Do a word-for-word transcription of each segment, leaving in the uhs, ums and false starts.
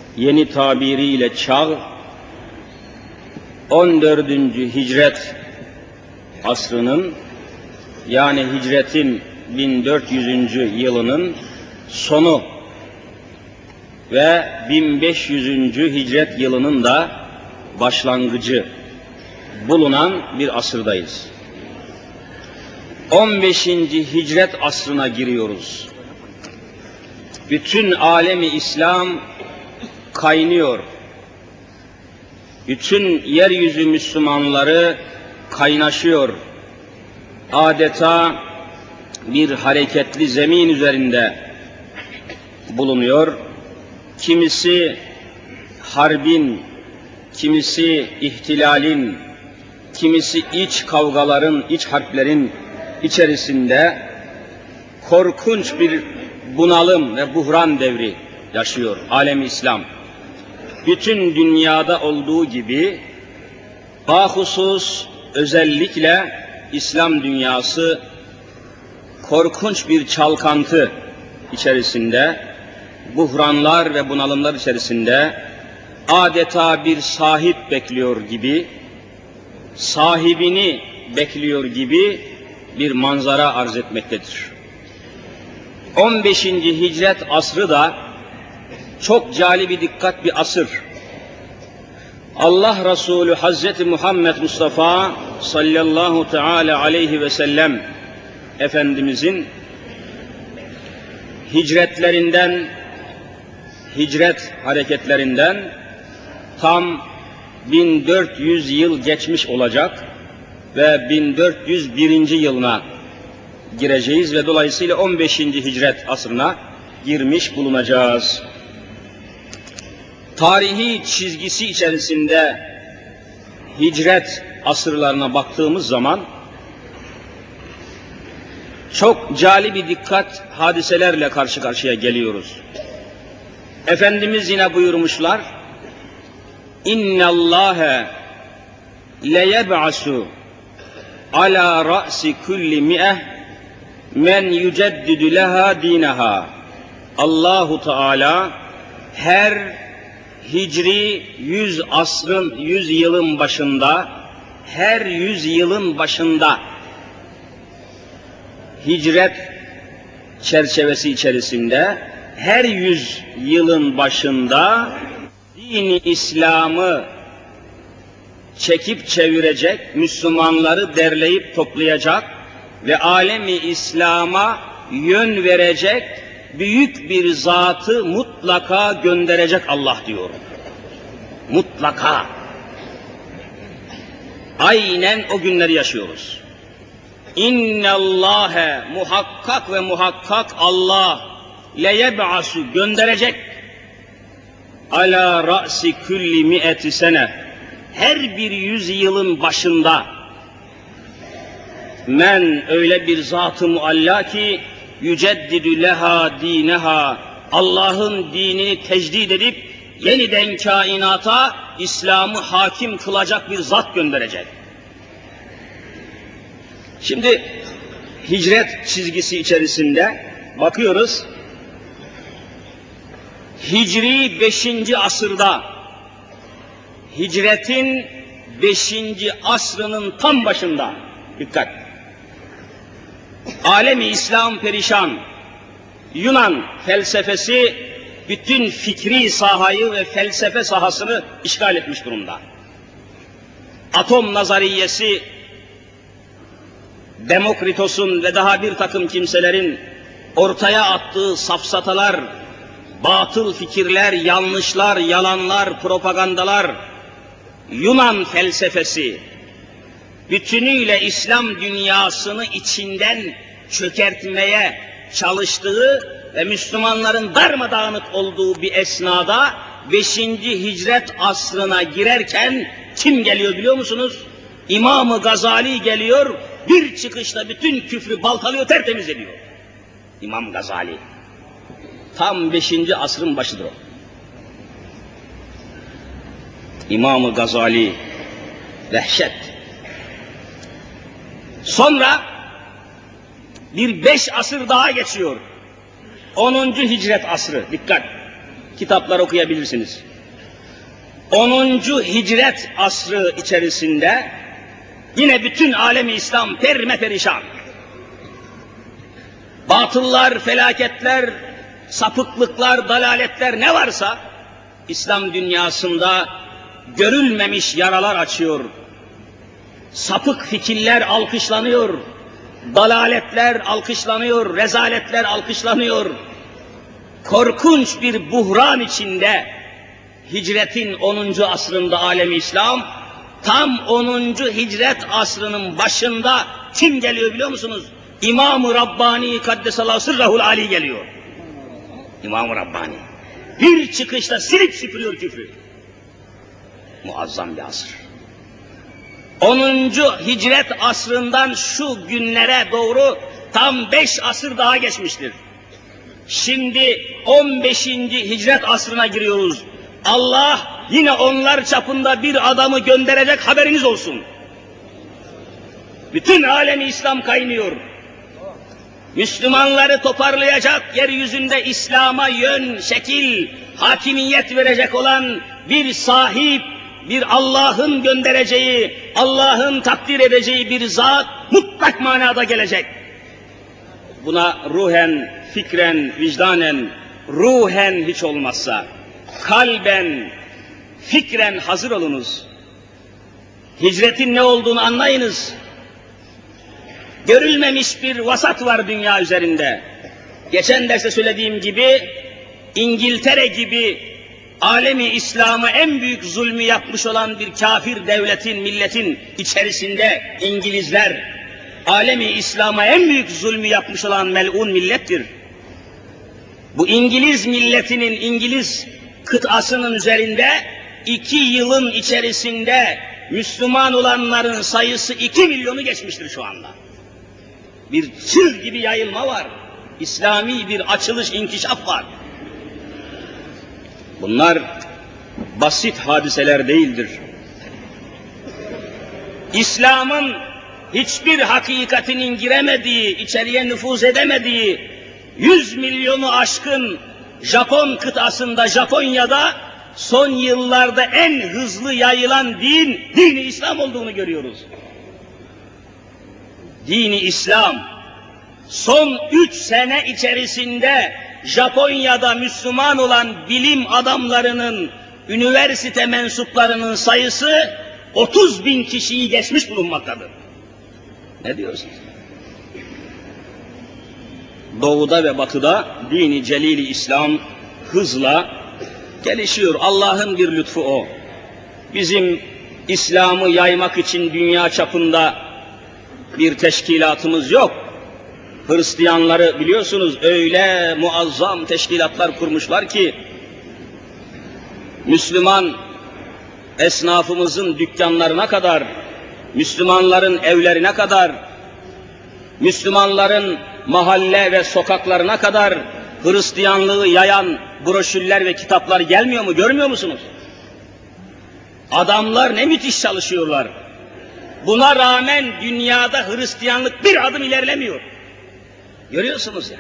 yeni tabiriyle çağ, on dördüncü hicret asrının, yani hicretin bin dört yüzüncü yılının sonu ve bin beş yüzüncü hicret yılının da başlangıcı bulunan bir asırdayız. on beşinci hicret asrına giriyoruz. Bütün alemi İslam kaynıyor. Bütün yeryüzü Müslümanları kaynaşıyor. Adeta bir hareketli zemin üzerinde bulunuyor. Kimisi harbin, kimisi ihtilalin, kimisi iç kavgaların, iç harplerin içerisinde korkunç bir bunalım ve buhran devri yaşıyor alem-i İslam. Bütün dünyada olduğu gibi bahusus özellikle İslam dünyası korkunç bir çalkantı içerisinde, buhranlar ve bunalımlar içerisinde adeta bir sahip bekliyor gibi, sahibini bekliyor gibi bir manzara arz etmektedir. on beşinci hicret asrı da çok calibi dikkat bir asır. Allah Resulü Hazreti Muhammed Mustafa sallallahu teala aleyhi ve sellem Efendimizin hicretlerinden, hicret hareketlerinden tam bin dört yüz yıl geçmiş olacak ve bin dört yüz birinci yılına gireceğiz ve dolayısıyla on beşinci hicret asrına girmiş bulunacağız. Tarihi çizgisi içerisinde hicret asırlarına baktığımız zaman çok cali bir dikkat hadiselerle karşı karşıya geliyoruz. Efendimiz yine buyurmuşlar, İnne Allâhe leyeb'asu ala ra'si kulli mi'eh men yüceddidu leha dinaha. Allahu Teala her hicri yüz asrın, yüz yılın başında, her yüz yılın başında hicret çerçevesi içerisinde her yüz yılın başında dini İslam'ı çekip çevirecek, Müslümanları derleyip toplayacak ve alemi İslam'a yön verecek büyük bir zatı mutlaka gönderecek Allah diyor. Mutlaka. Aynen o günleri yaşıyoruz. İnnallâhe muhakkak ve muhakkak Allah leyeb'asu gönderecek ala ra'si kulli mi'eti sene her bir yüz yılın başında men öyle bir zat-ı mualla ki yüceddidü leha dineha Allah'ın dinini tecdid edip yeniden kainata İslam'ı hakim kılacak bir zat gönderecek. Şimdi hicret çizgisi içerisinde bakıyoruz. Hicri beşinci asırda, hicretin beşinci asrının tam başında, dikkat, alemi İslam perişan, Yunan felsefesi bütün fikri sahayı ve felsefe sahasını işgal etmiş durumda. Atom nazariyesi, Demokritos'un ve daha bir takım kimselerin ortaya attığı safsatalar, batıl fikirler, yanlışlar, yalanlar, propagandalar, Yunan felsefesi bütünüyle İslam dünyasını içinden çökertmeye çalıştığı ve Müslümanların darmadağınık olduğu bir esnada beşinci hicret asrına girerken kim geliyor biliyor musunuz? İmam-ı Gazali geliyor, bir çıkışta bütün küfrü baltalıyor, tertemiz ediyor. İmam Gazali. Tam beşinci asrın başıdır o. İmam-ı Gazali, dehşet. Sonra bir beş asır daha geçiyor. onuncu hicret asrı, dikkat. kitaplar okuyabilirsiniz. onuncu hicret asrı içerisinde yine bütün alemi İslam perme perişan. Batıllar, felaketler, sapıklıklar, dalaletler ne varsa İslam dünyasında görülmemiş yaralar açıyor. Sapık fikirler alkışlanıyor, dalaletler alkışlanıyor, rezaletler alkışlanıyor. Korkunç bir buhran içinde hicretin onuncu asrında alemi İslam, tam onuncu hicret asrının başında kim geliyor biliyor musunuz? İmam-ı Rabbani Kaddesallahu Sırrahul Ali geliyor. İmam-ı Rabbani. Bir çıkışta silip süpürüyor küfrü. Muazzam bir asır. onuncu hicret asrından şu günlere doğru tam beş asır daha geçmiştir. Şimdi on beşinci hicret asrına giriyoruz. Allah yine onlar çapında bir adamı gönderecek, haberiniz olsun. Bütün alemi İslam kaynıyor. Müslümanları toparlayacak, yeryüzünde İslam'a yön, şekil, hakimiyet verecek olan bir sahip, bir Allah'ın göndereceği, Allah'ın takdir edeceği bir zat mutlak manada gelecek. Buna ruhen, fikren, vicdanen, ruhen hiç olmazsa, kalben, fikren hazır olunuz. Hicretin ne olduğunu anlayınız. Görülmemiş bir vasat var dünya üzerinde. Geçen derste söylediğim gibi, İngiltere gibi alemi İslam'a en büyük zulmü yapmış olan bir kafir devletin, milletin içerisinde İngilizler, alemi İslam'a en büyük zulmü yapmış olan mel'un millettir. Bu İngiliz milletinin, İngiliz kıtasının üzerinde iki yılın içerisinde Müslüman olanların sayısı iki milyonu geçmiştir şu anda. Bir çığ gibi yayılma var. İslami bir açılış, inkişaf var. Bunlar basit hadiseler değildir. İslam'ın hiçbir hakikatinin giremediği, içeriye nüfuz edemediği, yüz milyonu aşkın Japon kıtasında, Japonya'da son yıllarda en hızlı yayılan din, dini İslam olduğunu görüyoruz. Dini İslam, son üç sene içerisinde Japonya'da Müslüman olan bilim adamlarının, üniversite mensuplarının sayısı otuz bin kişiyi geçmiş bulunmaktadır. Ne diyorsunuz? Doğuda ve batıda dini celili İslam hızla gelişiyor. Allah'ın bir lütfu o. Bizim İslam'ı yaymak için dünya çapında bir teşkilatımız yok. Hristiyanları biliyorsunuz öyle muazzam teşkilatlar kurmuşlar ki Müslüman esnafımızın dükkanlarına kadar, Müslümanların evlerine kadar, Müslümanların mahalle ve sokaklarına kadar Hristiyanlığı yayan broşürler ve kitaplar gelmiyor mu? Görmüyor musunuz? Adamlar ne müthiş çalışıyorlar. Buna rağmen dünyada Hristiyanlık bir adım ilerlemiyor. Görüyorsunuz ya.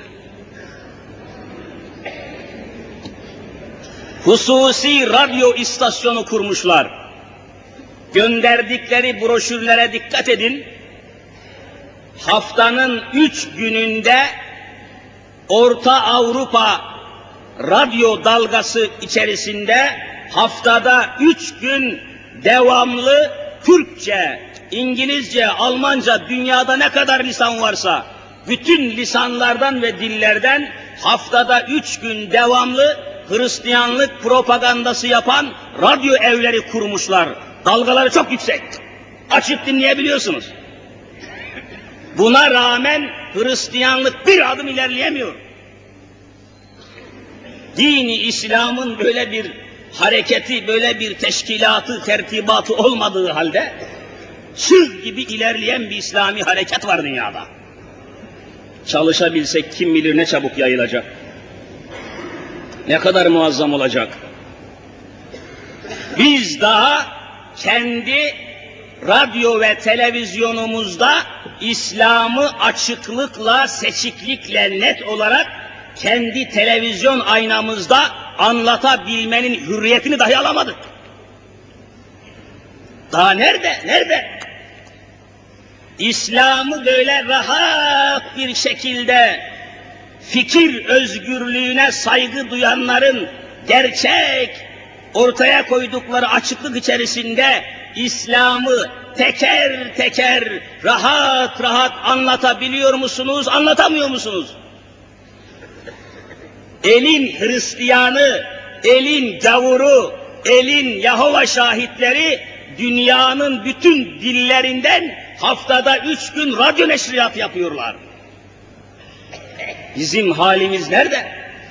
Hususi radyo istasyonu kurmuşlar. Gönderdikleri broşürlere dikkat edin. Haftanın üç gününde Orta Avrupa radyo dalgası içerisinde haftada üç gün devamlı Türkçe, İngilizce, Almanca, dünyada ne kadar lisan varsa bütün lisanlardan ve dillerden haftada üç gün devamlı Hristiyanlık propagandası yapan radyo evleri kurmuşlar. Dalgaları çok yüksek. Açıp dinleyebiliyorsunuz. Buna rağmen Hristiyanlık bir adım ilerleyemiyor. Dini İslam'ın böyle bir hareketi, böyle bir teşkilatı, tertibatı olmadığı halde çığ gibi ilerleyen bir İslami hareket var dünyada. Çalışabilsek kim bilir ne çabuk yayılacak. Ne kadar muazzam olacak. Biz daha kendi radyo ve televizyonumuzda İslam'ı açıklıkla, seçiklikle, net olarak kendi televizyon aynamızda anlatabilmenin hürriyetini dahi alamadık. Daha nerede, nerede? İslam'ı böyle rahat bir şekilde fikir özgürlüğüne saygı duyanların gerçek ortaya koydukları açıklık içerisinde İslam'ı teker teker rahat rahat anlatabiliyor musunuz, anlatamıyor musunuz? Elin Hristiyanı, elin gavuru, elin Yahova şahitleri dünyanın bütün dillerinden haftada üç gün radyo neşriyat yapıyorlar. Bizim halimiz nerede?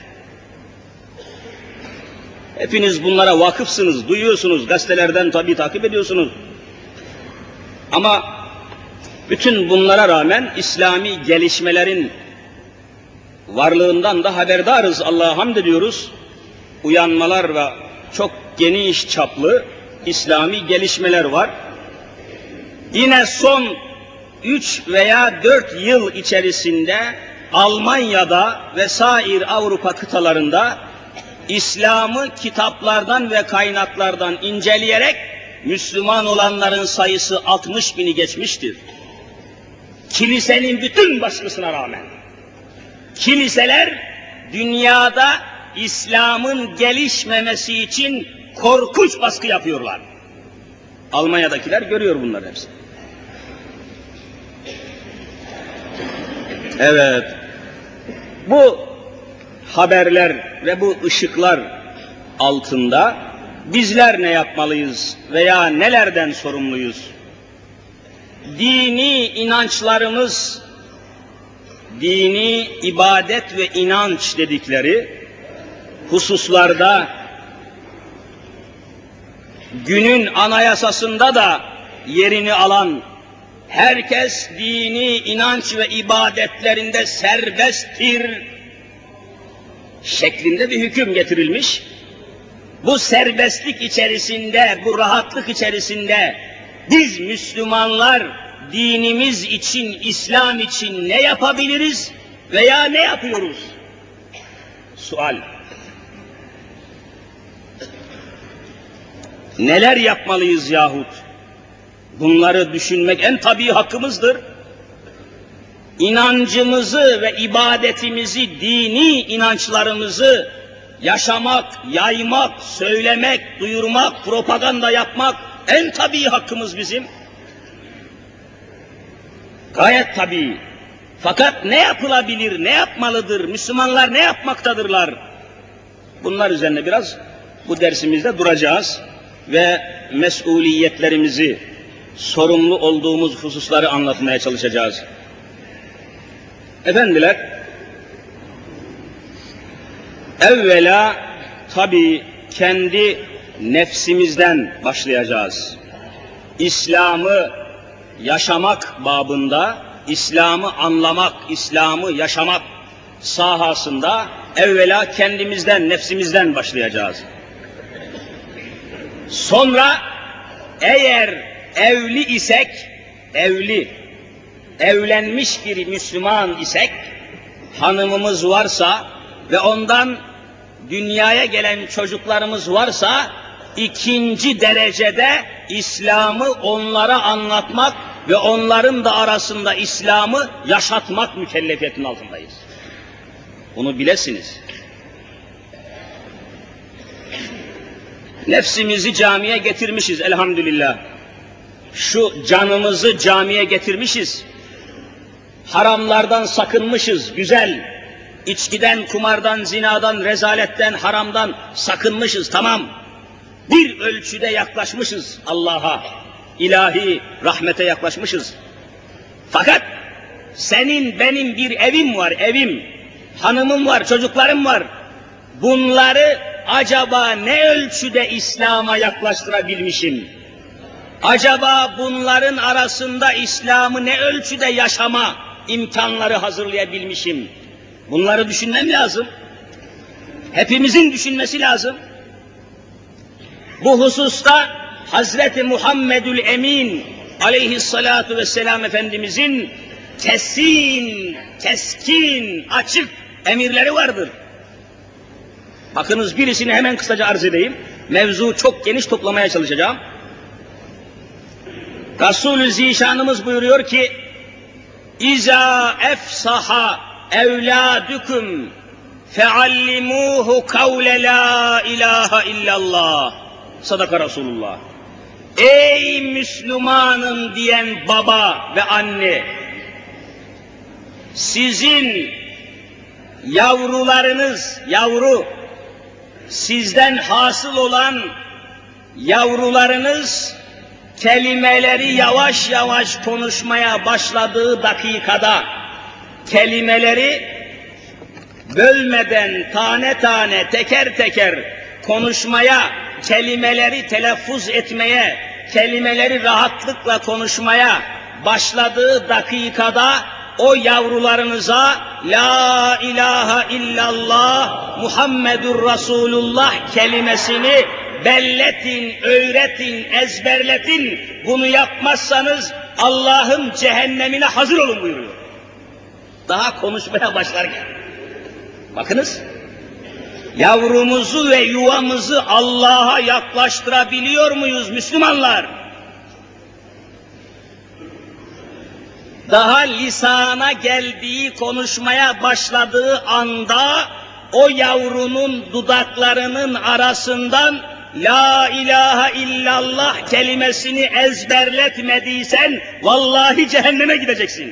Hepiniz bunlara vakıfsınız, duyuyorsunuz, gazetelerden tabii takip ediyorsunuz. Ama bütün bunlara rağmen İslami gelişmelerin varlığından da haberdarız, Allah'a hamd ediyoruz. Uyanmalar ve çok geniş çaplı İslami gelişmeler var. Yine son üç veya dört yıl içerisinde Almanya'da ve sair Avrupa kıtalarında İslam'ı kitaplardan ve kaynaklardan inceleyerek Müslüman olanların sayısı altmış bini geçmiştir. Kilisenin bütün baskısına rağmen. Kiliseler dünyada İslam'ın gelişmemesi için korkunç baskı yapıyorlar. Almanya'dakiler görüyor bunları hepsi. Evet, bu haberler ve bu ışıklar altında bizler ne yapmalıyız veya nelerden sorumluyuz? Dini inançlarımız, dini ibadet ve inanç dedikleri hususlarda günün anayasasında da yerini alan, herkes dini inanç ve ibadetlerinde serbesttir şeklinde bir hüküm getirilmiş. Bu serbestlik içerisinde, bu rahatlık içerisinde biz Müslümanlar dinimiz için, İslam için ne yapabiliriz veya ne yapıyoruz? Sual. Neler yapmalıyız yahut? Bunları düşünmek en tabii hakkımızdır. İnancımızı ve ibadetimizi, dini inançlarımızı yaşamak, yaymak, söylemek, duyurmak, propaganda yapmak en tabii hakkımız bizim. Gayet tabii. Fakat ne yapılabilir, ne yapmalıdır, Müslümanlar ne yapmaktadırlar? Bunlar üzerine biraz bu dersimizde duracağız ve mesuliyetlerimizi, sorumlu olduğumuz hususları anlatmaya çalışacağız. Efendiler, evvela tabii kendi nefsimizden başlayacağız. İslam'ı yaşamak babında, İslam'ı anlamak, İslam'ı yaşamak sahasında evvela kendimizden, nefsimizden başlayacağız. Sonra eğer evli isek, evli, evlenmiş bir Müslüman isek, hanımımız varsa ve ondan dünyaya gelen çocuklarımız varsa, ikinci derecede İslam'ı onlara anlatmak ve onların da arasında İslam'ı yaşatmak mükellefiyetinin altındayız. Bunu bilesiniz. Nefsimizi camiye getirmişiz elhamdülillah. Şu canımızı camiye getirmişiz. Haramlardan sakınmışız, güzel. İçkiden, kumardan, zinadan, rezaletten, haramdan sakınmışız, tamam. Bir ölçüde yaklaşmışız Allah'a, ilahi rahmete yaklaşmışız. Fakat senin, benim bir evim var, evim, hanımım var, çocuklarım var. Bunları acaba ne ölçüde İslam'a yaklaştırabilmişim? Acaba bunların arasında İslam'ı ne ölçüde yaşama imkanları hazırlayabilmişim? Bunları düşünmem lazım. Hepimizin düşünmesi lazım. Bu hususta Hazreti Muhammedül Emin aleyhissalatu vesselam Efendimizin kesin, keskin, açık emirleri vardır. Bakınız birisini hemen kısaca arz edeyim. Mevzu çok geniş toplamaya çalışacağım. Resulü Zişanımız buyuruyor ki İza efsaha evladukum feallimuhu kavle la ilahe illallah. Sadaka Resulullah. Ey Müslümanım diyen baba ve anne, sizin yavrularınız, yavru, sizden hasıl olan yavrularınız kelimeleri yavaş yavaş konuşmaya başladığı dakikada kelimeleri bölmeden tane tane teker teker konuşmaya, kelimeleri telaffuz etmeye, kelimeleri rahatlıkla konuşmaya başladığı dakikada o yavrularınıza La ilahe illallah Muhammedur Resulullah kelimesini belletin, öğretin, ezberletin. Bunu yapmazsanız Allah'ın cehennemine hazır olun buyuruyor. Daha konuşmaya başlarken. Bakınız, yavrumuzu ve yuvamızı Allah'a yaklaştırabiliyor muyuz Müslümanlar? Daha lisana geldiği, konuşmaya başladığı anda o yavrunun dudaklarının arasından La ilahe illallah kelimesini ezberletmediysen vallahi cehenneme gideceksin.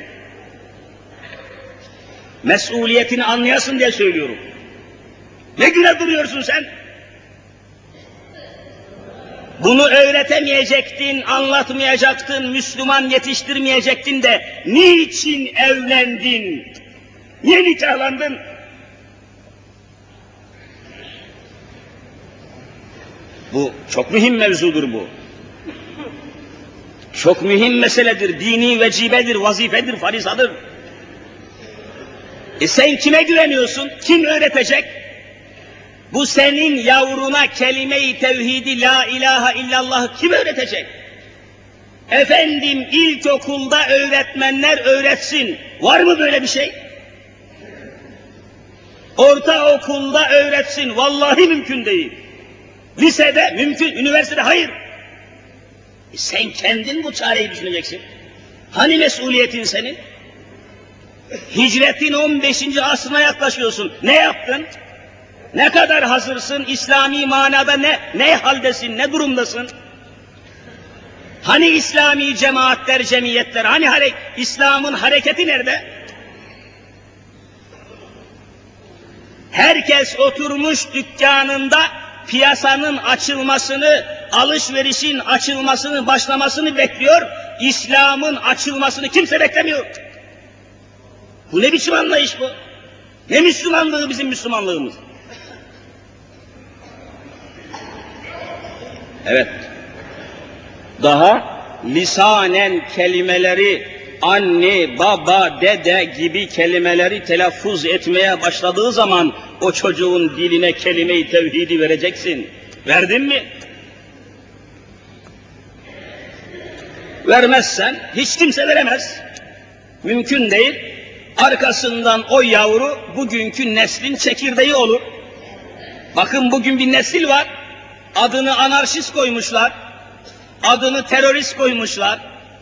Mesuliyetini anlayasın diye söylüyorum. Ne güne duruyorsun sen? Bunu öğretemeyecektin, anlatmayacaktın, Müslüman yetiştirmeyecektin de niçin evlendin? Niye nikahlandın? Bu çok mühim mevzudur bu. Çok mühim meseledir, dini vecibedir, vazifedir, farizadır. E sen kime güveniyorsun? Kim öğretecek? Bu senin yavruna kelime-i tevhidi la ilahe illallah'ı kim öğretecek? Efendim ilkokulda öğretmenler öğretsin. Var mı böyle bir şey? Ortaokulda öğretsin. Vallahi mümkün değil. Lisede mümkün, üniversitede hayır. E sen kendin bu çareyi düşüneceksin. Hani mesuliyetin senin? Hicretin on beşinci asrına yaklaşıyorsun. Ne yaptın? Ne kadar hazırsın? İslami manada ne ne haldesin? Ne durumdasın? Hani İslami cemaatler, cemiyetler? Hani hare İslam'ın hareketi nerede? Herkes oturmuş dükkanında piyasanın açılmasını, alışverişin açılmasını, başlamasını bekliyor. İslam'ın açılmasını kimse beklemiyor. Bu ne biçim anlayış bu? Ne Müslümanlığı bizim Müslümanlığımız? Evet. Daha lisanen kelimeleri anne, baba, dede gibi kelimeleri telaffuz etmeye başladığı zaman o çocuğun diline kelime-i tevhidi vereceksin. Verdin mi? Vermezsen hiç kimse veremez. Mümkün değil. Arkasından o yavru bugünkü neslin çekirdeği olur. Bakın bugün bir nesil var. Adını anarşist koymuşlar. Adını terörist koymuşlar.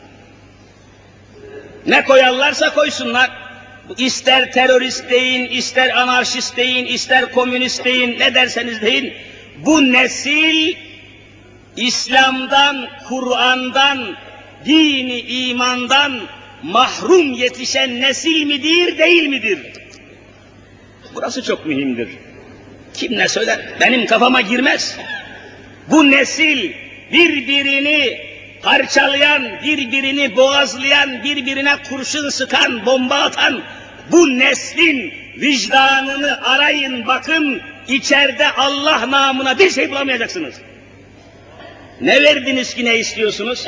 Ne koyarlarsa koysunlar. İster terörist deyin, ister anarşist deyin, ister komünist deyin, ne derseniz deyin. Bu nesil İslam'dan, Kur'an'dan, dini imandan mahrum yetişen nesil midir, değil midir? Burası çok mühimdir. Kim ne söyler? Benim kafama girmez. Bu nesil birbirini parçalayan, birbirini boğazlayan, birbirine kurşun sıkan, bomba atan bu neslin vicdanını arayın, bakın, içeride Allah namına bir şey bulamayacaksınız. Ne verdiniz ki ne istiyorsunuz?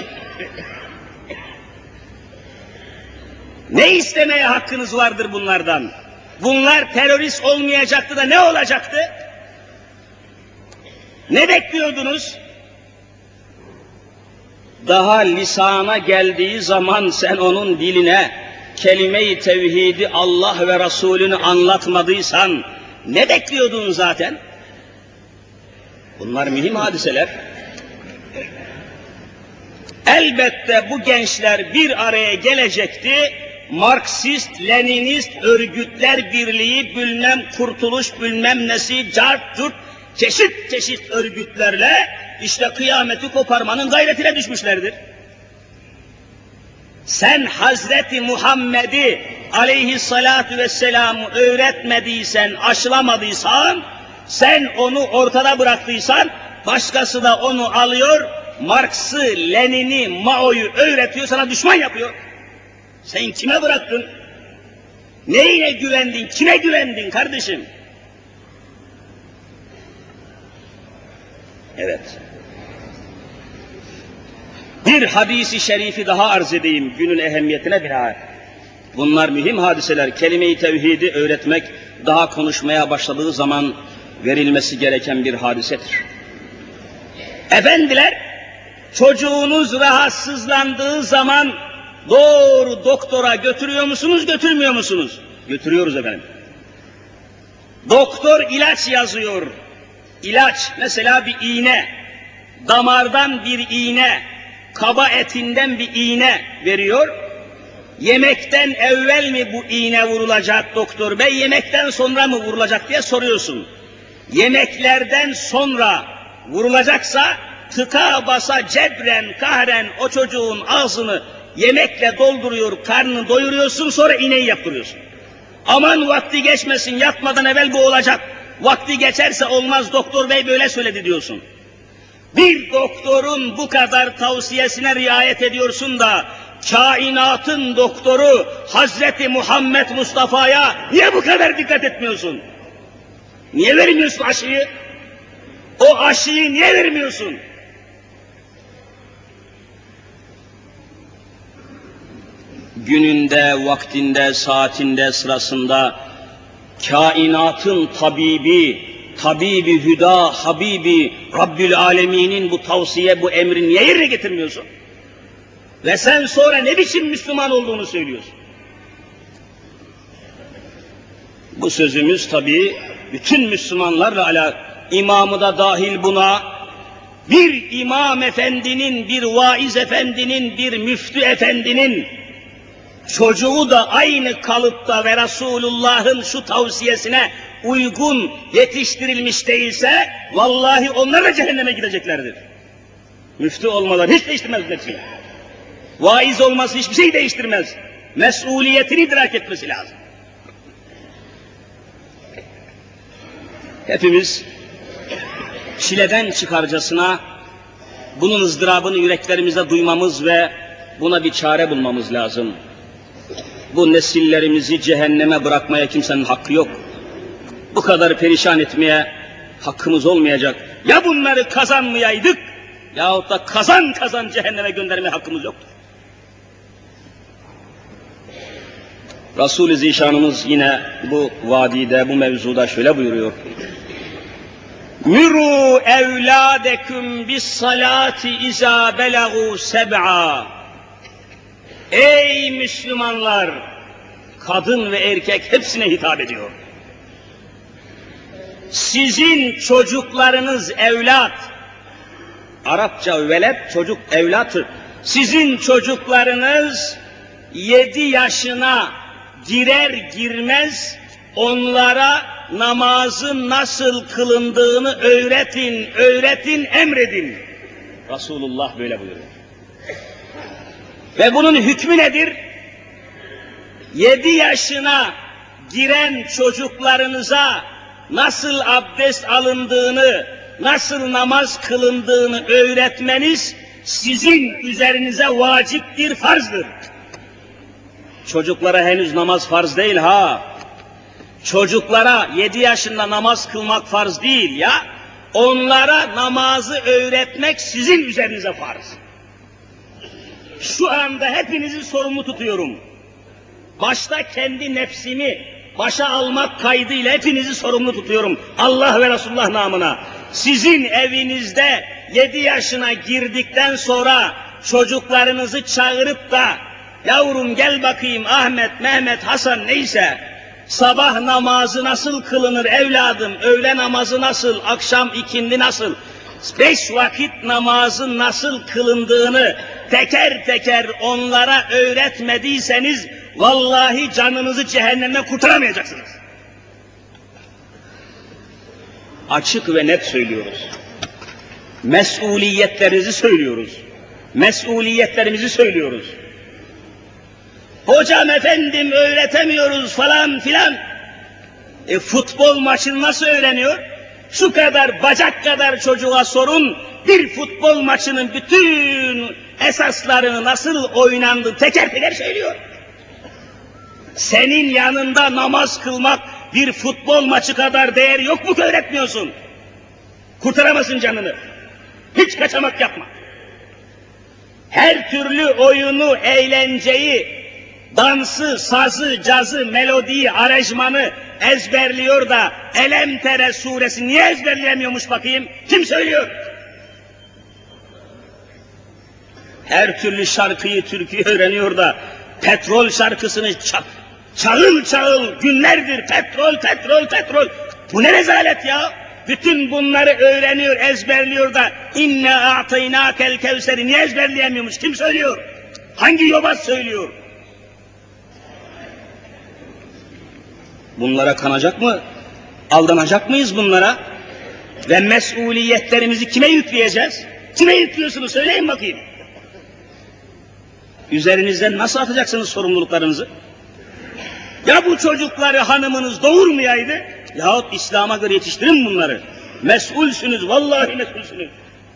Ne istemeye hakkınız vardır bunlardan? Bunlar terörist olmayacaktı da ne olacaktı? Ne bekliyordunuz? Daha lisana geldiği zaman sen onun diline kelime-i tevhidi Allah ve Resulünü anlatmadıysan ne bekliyordun zaten? Bunlar mühim hadiseler. Elbette bu gençler bir araya gelecekti. Marksist, Leninist örgütler birliği, bilmem kurtuluş, bilmem nesi, cart, curt, çeşit çeşit örgütlerle işte kıyameti koparmanın gayretine düşmüşlerdir. Sen Hazreti Muhammed'i aleyhissalatu vesselam'ı öğretmediysen, aşılamadıysan, sen onu ortada bıraktıysan, başkası da onu alıyor, Marx'ı, Lenin'i, Mao'yu öğretiyor, sana düşman yapıyor. Sen kime bıraktın? Neyine güvendin? Kime güvendin kardeşim? Evet. Bir hadisi şerifi daha arz edeyim günün ehemmiyetine binaen. Bunlar mühim hadiseler. Kelime-i tevhidi öğretmek daha konuşmaya başladığı zaman verilmesi gereken bir hadisedir. Efendiler, çocuğunuz rahatsızlandığı zaman doğru doktora götürüyor musunuz, götürmüyor musunuz? Götürüyoruz efendim. Doktor ilaç yazıyor. İlaç, mesela bir iğne, damardan bir iğne, kaba etinden bir iğne veriyor. Yemekten evvel mi bu iğne vurulacak doktor bey, yemekten sonra mı vurulacak diye soruyorsun. Yemeklerden sonra vurulacaksa tıka basa cebren, kahren o çocuğun ağzını yemekle dolduruyor, karnını doyuruyorsun, sonra iğneyi yaptırıyorsun. Aman vakti geçmesin, yatmadan evvel bu olacak. Vakti geçerse olmaz, doktor bey böyle söyledi diyorsun. Bir doktorun bu kadar tavsiyesine riayet ediyorsun da, kainatın doktoru Hazreti Muhammed Mustafa'ya niye bu kadar dikkat etmiyorsun? Niye vermiyorsun aşıyı? O aşıyı niye vermiyorsun? Gününde, vaktinde, saatinde, sırasında kainatın tabibi, tabibi hüda, habibi, Rabbül Alemin'in bu tavsiye, bu emri niye yerine getirmiyorsun? Ve sen sonra ne biçim Müslüman olduğunu söylüyorsun? Bu sözümüz tabii bütün Müslümanlarla alakalı, imamı da dahil buna, bir imam efendinin, bir vaiz efendinin, bir müftü efendinin çocuğu da aynı kalıpta ve Resulullah'ın şu tavsiyesine uygun yetiştirilmiş değilse, vallahi onlar da cehenneme gideceklerdir. Müftü olmaları hiç değiştirmez nefsini. Vaiz olması hiçbir şey değiştirmez. Mesuliyetini idrak etmesi lazım. Hepimiz çileden çıkarcasına bunun ızdırabını yüreklerimizde duymamız ve buna bir çare bulmamız lazım. Bu nesillerimizi cehenneme bırakmaya kimsenin hakkı yok. Bu kadar perişan etmeye hakkımız olmayacak. Ya bunları kazanmayaydık, yahut da kazan kazan cehenneme göndermeye hakkımız yoktur. Resul-i Zişanımız yine bu vadide, bu mevzuda şöyle buyuruyor. Mürû evlâdeküm bis salâti izâ belagû seb'a. Ey Müslümanlar! Kadın ve erkek hepsine hitap ediyor. Sizin çocuklarınız evlat, Arapça velet, çocuk evlattır. Sizin çocuklarınız yedi yaşına girer girmez onlara namazın nasıl kılındığını öğretin, öğretin, emredin. Resulullah böyle buyuruyor. Ve bunun hükmü nedir? Yedi yaşına giren çocuklarınıza nasıl abdest alındığını, nasıl namaz kılındığını öğretmeniz sizin üzerinize vaciptir, farzdır. Çocuklara henüz namaz farz değil ha. Çocuklara yedi yaşında namaz kılmak farz değil ya. Onlara namazı öğretmek sizin üzerinize farz. Şu anda hepinizi sorumlu tutuyorum. Başta kendi nefsimi başa almak kaydıyla hepinizi sorumlu tutuyorum. Allah ve Resulullah namına. Sizin evinizde yedi yaşına girdikten sonra çocuklarınızı çağırıp da yavrum gel bakayım Ahmet, Mehmet, Hasan neyse sabah namazı nasıl kılınır evladım, öğle namazı nasıl, akşam ikindi nasıl, beş vakit namazın nasıl kılındığını teker teker onlara öğretmediyseniz vallahi canınızı cehennemden kurtaramayacaksınız. Açık ve net söylüyoruz. Mesuliyetlerinizi söylüyoruz. Mesuliyetlerimizi söylüyoruz. Hocam efendim öğretemiyoruz falan filan. E, futbol maçını nasıl öğreniyor? Şu kadar bacak kadar çocuğa sorun, bir futbol maçının bütün esaslarını nasıl oynandığı teker teker söylüyor. Senin yanında namaz kılmak bir futbol maçı kadar değer yok mu ki öğretmiyorsun? Kurtaramazsın canını. Hiç kaçamak yapma. Her türlü oyunu, eğlenceyi, dansı, sazı, cazı, melodiyi, aranjmanı ezberliyor da Elemtere suresi niye ezberleyemiyormuş bakayım? Kim söylüyor? Her türlü şarkıyı, türküyü öğreniyor da petrol şarkısını ça çağıl çağıl günlerdir petrol, petrol, petrol. Bu ne rezalet ya? Bütün bunları öğreniyor, ezberliyor da inne a'taynakel kevseri niye ezberleyemiyormuş? Kim söylüyor? Hangi yobaz söylüyor? Bunlara kanacak mı? Aldanacak mıyız bunlara? Ve mesuliyetlerimizi kime yükleyeceğiz? Kime yüklüyorsunuz? Söyleyin bakayım. Üzerinizden nasıl atacaksınız sorumluluklarınızı? Ya bu çocukları hanımınız doğurmayaydı, yahut İslam'a göre yetiştirin bunları. Mesulsünüz, vallahi mesulsünüz.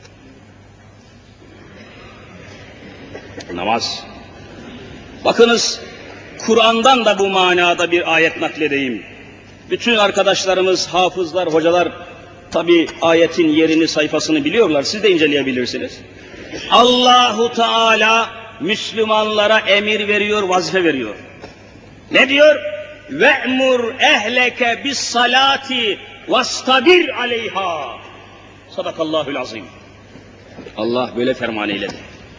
Namaz. Bakınız, Kur'an'dan da bu manada bir ayet nakledeyim. Bütün arkadaşlarımız, hafızlar, hocalar tabi ayetin yerini, sayfasını biliyorlar. Siz de inceleyebilirsiniz. Allahu Teala Müslümanlara emir veriyor, vazife veriyor. Ne diyor? Ve'mur ehleke bis salati vastabir aleyha. Sadakallahul azim. Allah böyle ferman eyledi.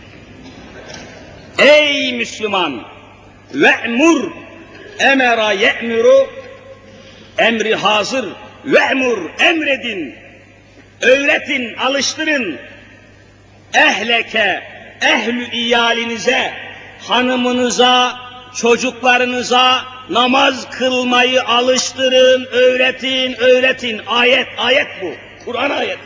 Ey Müslüman! Ve'mur emera ye'muru, emri hazır. Ve'mur emredin, öğretin, alıştırın. Ehleke, ehlü iyalinize, hanımınıza, çocuklarınıza namaz kılmayı alıştırın, öğretin, öğretin. Ayet, ayet bu. Kur'an ayeti.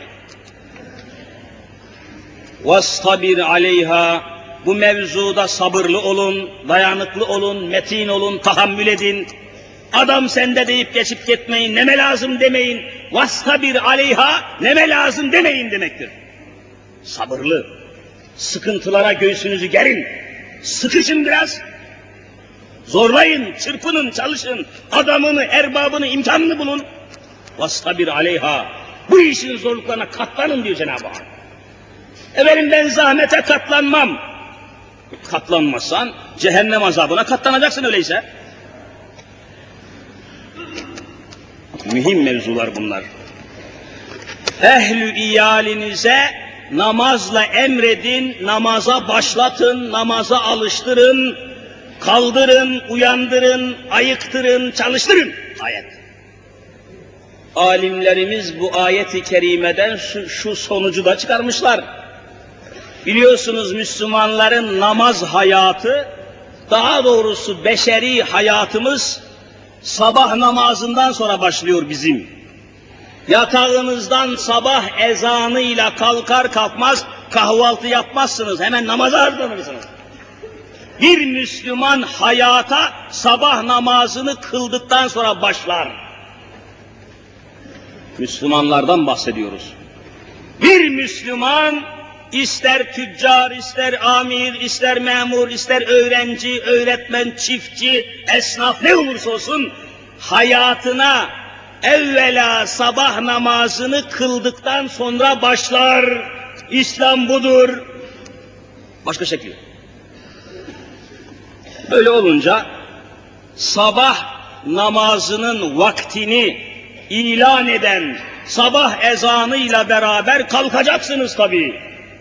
وَاسْتَبِرْ عَلَيْهَا. Bu mevzuda sabırlı olun, dayanıklı olun, metin olun, tahammül edin. Adam sende deyip geçip gitmeyin, neme lazım demeyin. وَاسْتَبِرْ عَلَيْهَا. Neme lazım demeyin demektir. Sabırlı. Sıkıntılara göğsünüzü gerin. Sıkışın biraz. Zorlayın, çırpının, çalışın. Adamını, erbabını, imkanını bulun. وَاسْتَبِرْ عَلَيْهَا. Bu işin zorluklarına katlanın diyor Cenab-ı Hak. Efendim ben zahmete katlanmam. Katlanmazsan cehennem azabına katlanacaksın öyleyse. Mühim mevzular bunlar. Ehlü iyalinize namazla emredin, namaza başlatın, namaza alıştırın, kaldırın, uyandırın, ayıktırın, çalıştırın. Ayet. Alimlerimiz bu ayeti kerimeden şu, şu sonucu da çıkarmışlar. Biliyorsunuz Müslümanların namaz hayatı, daha doğrusu beşeri hayatımız sabah namazından sonra başlıyor bizim. Yatağınızdan sabah ezanıyla kalkar kalkmaz kahvaltı yapmazsınız, hemen namaza hazırlanırsınız. Bir Müslüman hayata sabah namazını kıldıktan sonra başlar. Müslümanlardan bahsediyoruz. Bir Müslüman ister tüccar, ister amir, ister memur, ister öğrenci, öğretmen, çiftçi, esnaf ne olursa olsun hayatına evvela sabah namazını kıldıktan sonra başlar. İslam budur. Başka şekil. Böyle olunca sabah namazının vaktini ilan eden sabah ezanıyla beraber kalkacaksınız tabii.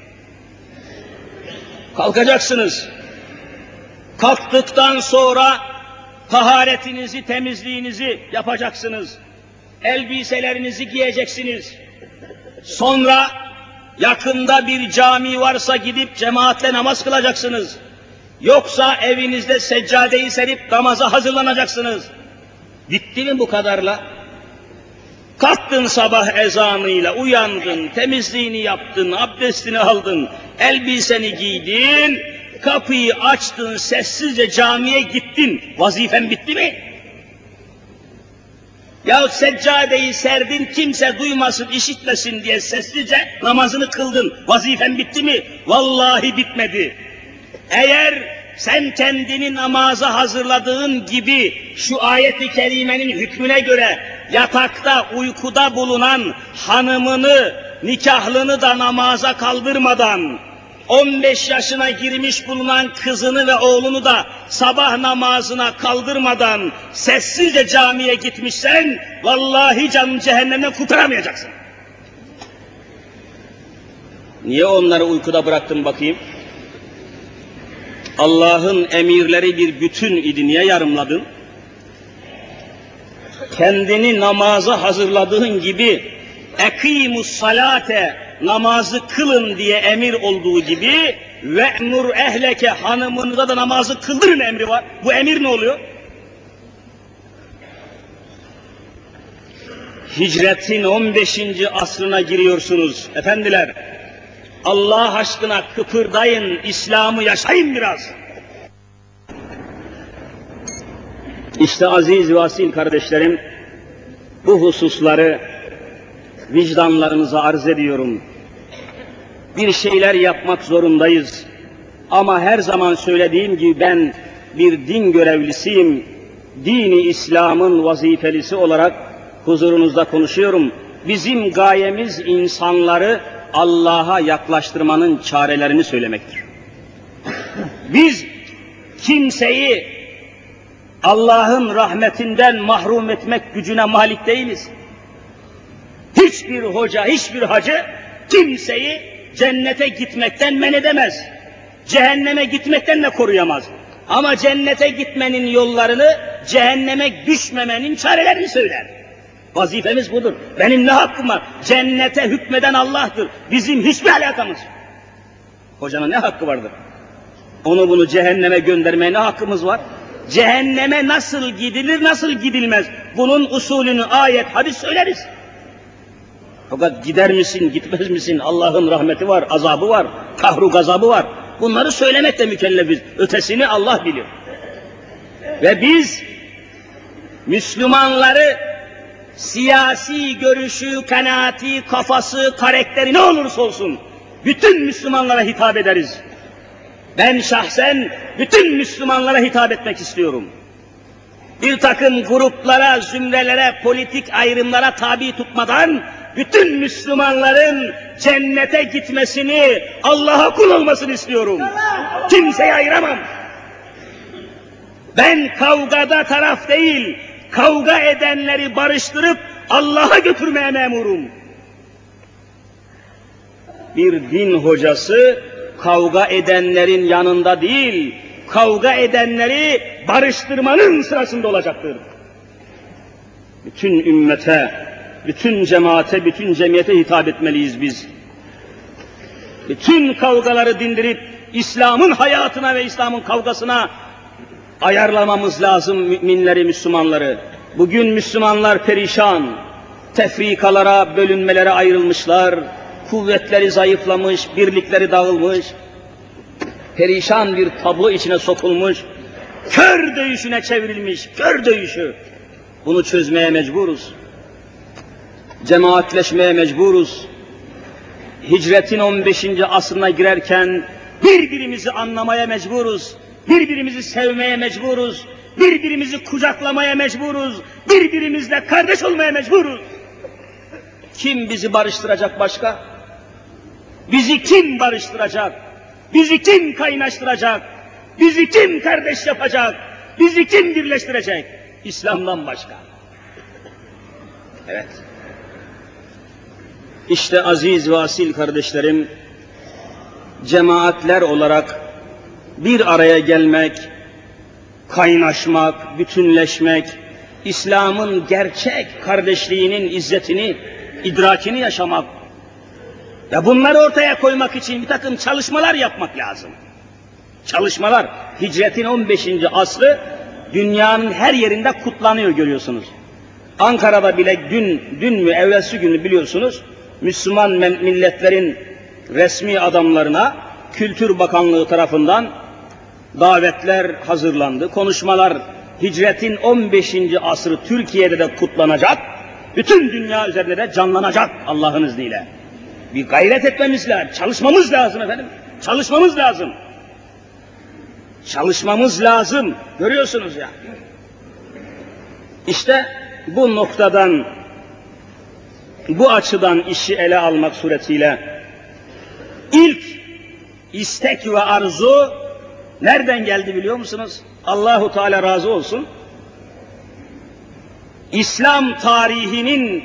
Kalkacaksınız. Kalktıktan sonra taharetinizi, temizliğinizi yapacaksınız. Elbiselerinizi giyeceksiniz. Sonra Yakında bir cami varsa gidip cemaatle namaz kılacaksınız. Yoksa evinizde seccadeyi serip namaza hazırlanacaksınız. Bitti mi bu kadarla? Kalktın sabah ezanıyla, uyandın, temizliğini yaptın, abdestini aldın, elbiseni giydin, kapıyı açtın, sessizce camiye gittin. Vazifen bitti mi? Yahut seccadeyi serdin, kimse duymasın, işitmesin diye sessizce namazını kıldın. Vazifen bitti mi? Vallahi bitmedi. Eğer sen kendini namaza hazırladığın gibi şu ayet-i kerimenin hükmüne göre yatakta, uykuda bulunan hanımını, nikahlını da namaza kaldırmadan, on beş yaşına girmiş bulunan kızını ve oğlunu da sabah namazına kaldırmadan sessizce camiye gitmişsen, vallahi canını cehennemden kurtaramayacaksın. Niye onları uykuda bıraktın bakayım? Allah'ın emirleri bir bütün idi, niye yarımladın? Kendini namaza hazırladığın gibi ekimus salate, namazı kılın diye emir olduğu gibi ve'mur ehleke, hanımınıza da namazı kıldırın emri var. Bu emir ne oluyor? Hicretin on beşinci asrına giriyorsunuz efendiler. Allah aşkına kıpırdayın, İslam'ı yaşayın biraz. İşte aziz ve asil kardeşlerim, bu hususları vicdanlarınıza arz ediyorum. Bir şeyler yapmak zorundayız. Ama her zaman söylediğim gibi ben bir din görevlisiyim. Dini İslam'ın vazifelisi olarak huzurunuzda konuşuyorum. Bizim gayemiz insanları Allah'a yaklaştırmanın çarelerini söylemektir. Biz kimseyi Allah'ın rahmetinden mahrum etmek gücüne malik değiliz. Hiçbir hoca, hiçbir hacı kimseyi cennete gitmekten men edemez. Cehenneme gitmekten de koruyamaz. Ama cennete gitmenin yollarını, cehenneme düşmemenin çarelerini söyler. Vazifemiz budur. Benim ne hakkım var? Cennete hükmeden Allah'tır. Bizim hiçbir alakamız. Hocanın ne hakkı vardır? Onu bunu cehenneme göndermeye ne hakkımız var? Cehenneme nasıl gidilir, nasıl gidilmez? Bunun usulünü ayet, hadis söyleriz. Fakat gider misin, gitmez misin? Allah'ın rahmeti var, azabı var, kahru gazabı var. Bunları söylemekle mükellefiz. Ötesini Allah bilir. Ve biz Müslümanları siyasi görüşü, kanaati, kafası, karakteri ne olursa olsun bütün Müslümanlara hitap ederiz. Ben şahsen bütün Müslümanlara hitap etmek istiyorum. Bir takım gruplara, zümrelere, politik ayrımlara tabi tutmadan bütün Müslümanların cennete gitmesini, Allah'a kul olmasını istiyorum. Kimseye ayıramam. Ben kavgada taraf değil, kavga edenleri barıştırıp Allah'a götürmeye memurum. Bir din hocası kavga edenlerin yanında değil, kavga edenleri barıştırmanın sırasında olacaktır. Bütün ümmete, bütün cemaate, bütün cemiyete hitap etmeliyiz biz. Bütün kavgaları dindirip İslam'ın hayatına ve İslam'ın kavgasına ayarlamamız lazım müminleri, Müslümanları. Bugün Müslümanlar perişan, tefrikalara, bölünmelere ayrılmışlar, kuvvetleri zayıflamış, birlikleri dağılmış, perişan bir tablo içine sokulmuş, kör dövüşüne çevrilmiş, kör dövüşü. Bunu çözmeye mecburuz. Cemaatleşmeye mecburuz. Hicretin on beşinci asrına girerken birbirimizi anlamaya mecburuz. Birbirimizi sevmeye mecburuz. Birbirimizi kucaklamaya mecburuz. Birbirimizle kardeş olmaya mecburuz. Kim bizi barıştıracak başka? Bizi kim barıştıracak? Bizi kim kaynaştıracak? Bizi kim kardeş yapacak? Bizi kim birleştirecek? İslam'dan başka. Evet. İşte aziz ve asil kardeşlerim, cemaatler olarak bir araya gelmek, kaynaşmak, bütünleşmek, İslam'ın gerçek kardeşliğinin izzetini, idrakini yaşamak, Ve bunları ortaya koymak için bir takım çalışmalar yapmak lazım. Çalışmalar. Hicretin on beşinci asrı dünyanın her yerinde kutlanıyor görüyorsunuz. Ankara'da bile dün, dün mü evvelsi günü biliyorsunuz, Müslüman milletlerin resmi adamlarına Kültür Bakanlığı tarafından davetler hazırlandı. Konuşmalar Hicretin on beşinci asrı Türkiye'de de kutlanacak. Bütün dünya üzerinde de canlanacak Allah'ın izniyle. Bir gayret etmemiz lazım. Çalışmamız lazım efendim. Çalışmamız lazım. Çalışmamız lazım. Görüyorsunuz ya. İşte bu noktadan, bu açıdan işi ele almak suretiyle ilk istek ve arzu nereden geldi biliyor musunuz? Allahu Teala razı olsun. İslam tarihinin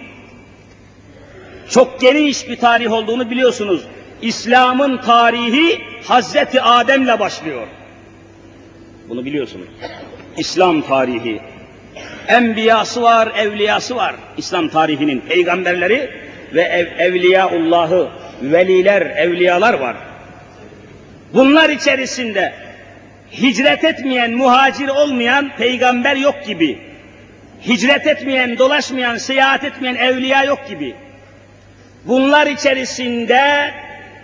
çok geniş bir tarih olduğunu biliyorsunuz. İslam'ın tarihi Hazreti Adem'le başlıyor. Bunu biliyorsunuz. İslam tarihi. Enbiyası var, evliyası var. İslam tarihinin peygamberleri ve ev, evliyaullahı, veliler, evliyalar var. Bunlar içerisinde hicret etmeyen, muhacir olmayan peygamber yok gibi. Hicret etmeyen, dolaşmayan, seyahat etmeyen evliya yok gibi. Bunlar içerisinde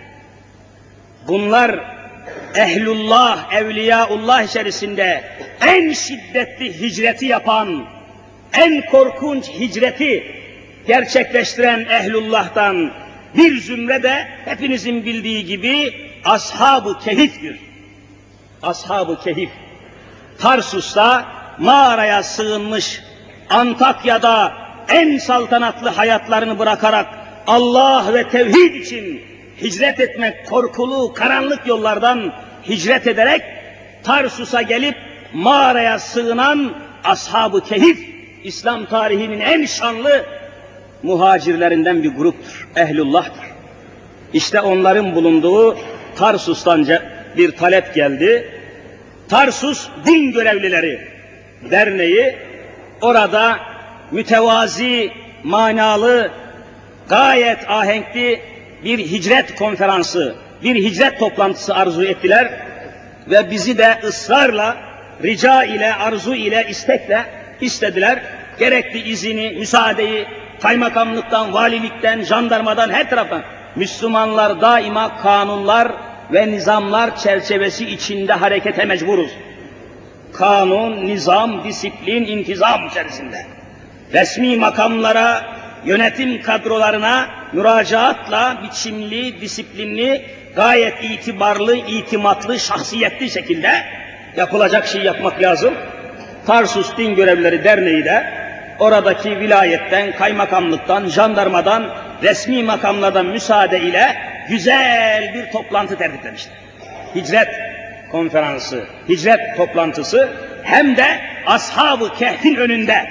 bunlar ehlullah, evliyaullah içerisinde en şiddetli hicreti yapan, en korkunç hicreti gerçekleştiren ehlullah'tan bir zümre de hepinizin bildiği gibi Ashab-ı Kehif'tir. Ashab-ı Kehif, Tarsus'ta mağaraya sığınmış, Antakya'da en saltanatlı hayatlarını bırakarak Allah ve tevhid için hicret etmek, korkulu, karanlık yollardan hicret ederek Tarsus'a gelip mağaraya sığınan Ashab-ı Kehif, İslam tarihinin en şanlı muhacirlerinden bir gruptur, ehlullah'tır. İşte onların bulunduğu Tarsus'tan bir talep geldi. Tarsus Din Görevlileri Derneği orada mütevazi, manalı, gayet ahenkli bir hicret konferansı, bir hicret toplantısı arzu ettiler ve bizi de ısrarla, rica ile, arzu ile, istekle istediler. Gerekli izini, müsaadeyi kaymakamlıktan, valilikten, jandarmadan, her taraftan. Müslümanlar daima kanunlar ve nizamlar çerçevesi içinde harekete mecburuz. Kanun, nizam, disiplin, intizam içerisinde. Resmi makamlara, yönetim kadrolarına müracaatla biçimli, disiplinli, gayet itibarlı, itimatlı, şahsiyetli şekilde yapılacak şey yapmak lazım. Tarsus Din Görevlileri Derneği de oradaki vilayetten, kaymakamlıktan, jandarmadan, resmi makamlardan müsaade ile güzel bir toplantı tertiplemiştir. Hicret konferansı, hicret toplantısı hem de Ashab-ı Kehf'in önünde.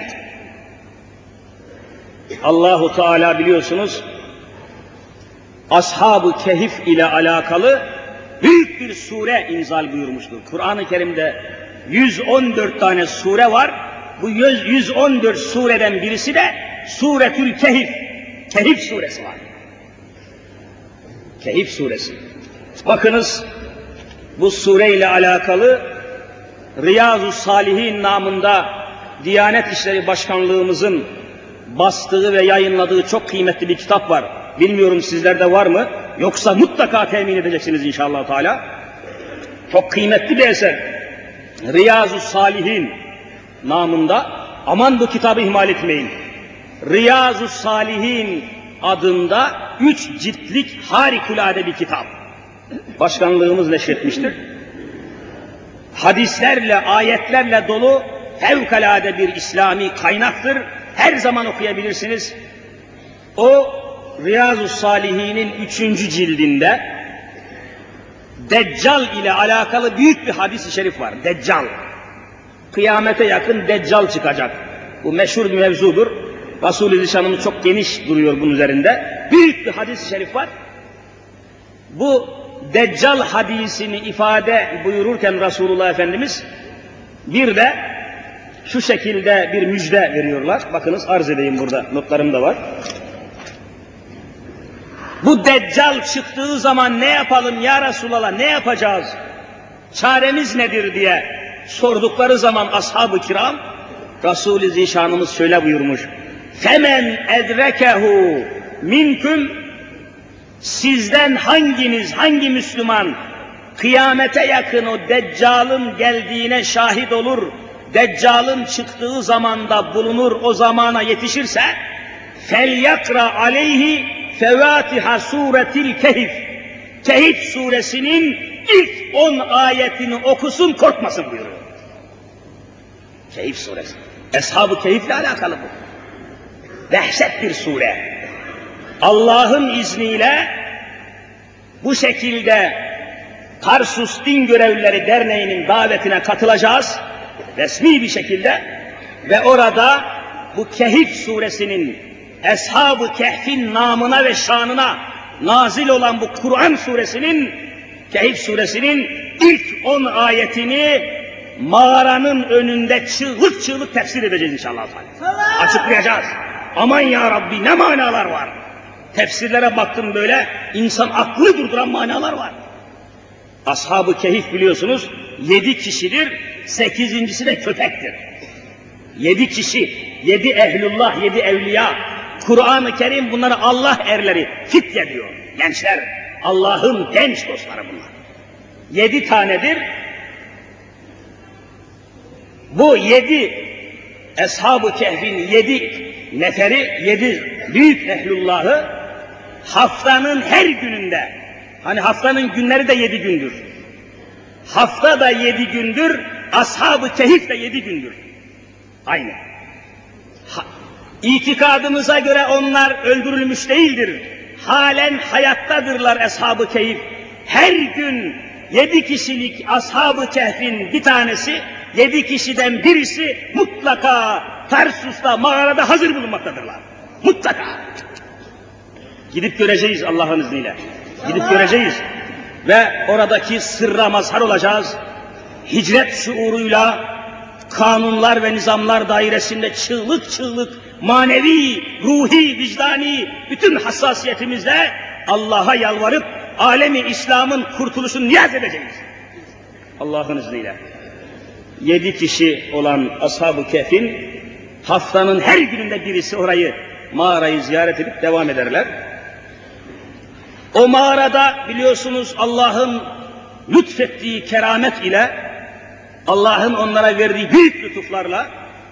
Allahu Teala biliyorsunuz Ashab-ı Kehif ile alakalı büyük bir sure inzal buyurmuştur. Kur'an-ı Kerim'de yüz on dört tane sure var. Bu yüz on dört sureden birisi de Suretül Kehif. Kehif suresi var. Kehif suresi. Bakınız bu sure ile alakalı Riyazu Salihin namında Diyanet İşleri Başkanlığımızın bastığı ve yayınladığı çok kıymetli bir kitap var. Bilmiyorum sizlerde var mı? Yoksa mutlaka temin edeceksiniz inşallah Teala. Çok kıymetli bir eser. Riyazu Salihin namında, aman bu kitabı ihmal etmeyin. Riyazu Salihin adında üç ciltlik harikulade bir kitap. Başkanlığımız neşretmiştir. Hadislerle, ayetlerle dolu fevkalade bir İslami kaynaktır. Her zaman okuyabilirsiniz. O Riyazu Salihin'in üçüncü cildinde Deccal ile alakalı büyük bir hadis-i şerif var. Deccal. Kıyamete yakın Deccal çıkacak. Bu meşhur bir mevzudur. Resul-i Zişanımız çok geniş duruyor bunun üzerinde. Büyük bir hadis-i şerif var. Bu Deccal hadisini ifade buyururken Resulullah Efendimiz bir de şu şekilde bir müjde veriyorlar. Bakınız arz edeyim, burada notlarım da var. Bu Deccal çıktığı zaman ne yapalım ya Resulallah, ne yapacağız? Çaremiz nedir diye sordukları zaman ashab-ı kiram, Resul-i Zişanımız şöyle buyurmuş: Femen edrekehu minküm, sizden hanginiz, hangi Müslüman kıyamete yakın o Deccal'ın geldiğine şahit olur, Deccal'ın çıktığı zamanda bulunur, o zamana yetişirse, felyakra aleyhi fevatiha suretil kehif, Kehif suresinin ilk on ayetini okusun, korkmasın buyuruyor. Kehif suresi. Eshab-ı Kehif'le alakalı bu. Dehşet bir sure. Allah'ın izniyle bu şekilde Tarsus Din Görevlileri Derneği'nin davetine katılacağız, resmi bir şekilde, ve orada bu Kehif suresinin, Eshab-ı Kehf'in namına ve şanına nazil olan bu Kur'an suresinin, Kehif suresinin ilk on ayetini mağaranın önünde çığlık çığlık tefsir edeceğiz inşallah. Açıklayacağız. Aman ya Rabbi, ne manalar var. Tefsirlere baktım böyle, insan aklını durduran manalar var. Ashab-ı Kehif biliyorsunuz yedi kişidir, sekizincisi de köpektir. Yedi kişi, yedi ehlullah, yedi evliya. Kur'an-ı Kerim bunları Allah erleri, fitye diyor, gençler. Allah'ın genç dostları bunlar. Yedi tanedir. Bu yedi Eshab-ı Kehf'in yedi neferi, yedi büyük ehlullahı haftanın her gününde, hani haftanın günleri de yedi gündür, hafta da yedi gündür, Ashab-ı Kehif de yedi gündür. Aynı. Ha, itikadımıza göre onlar öldürülmüş değildir. Halen hayattadırlar Ashab-ı Kehif. Her gün yedi kişilik Ashab-ı Kehf'in bir tanesi, yedi kişiden birisi mutlaka Tarsus'ta, mağarada hazır bulunmaktadırlar. Mutlaka. Gidip göreceğiz Allah'ın izniyle. Gidip Allah. göreceğiz. Ve oradaki sırra mazhar olacağız. Hicret şuuruyla kanunlar ve nizamlar dairesinde çığlık çığlık manevi, ruhi, vicdani bütün hassasiyetimizle Allah'a yalvarıp alemi İslam'ın kurtuluşunu niyaz edeceğiz. Allah'ın izniyle. Yedi kişi olan Ashab-ı Kehf'in haftanın her gününde birisi orayı, mağarayı ziyaret edip devam ederler. O mağarada biliyorsunuz Allah'ın lütfettiği keramet ile, Allah'ın onlara verdiği büyük lütuflarla,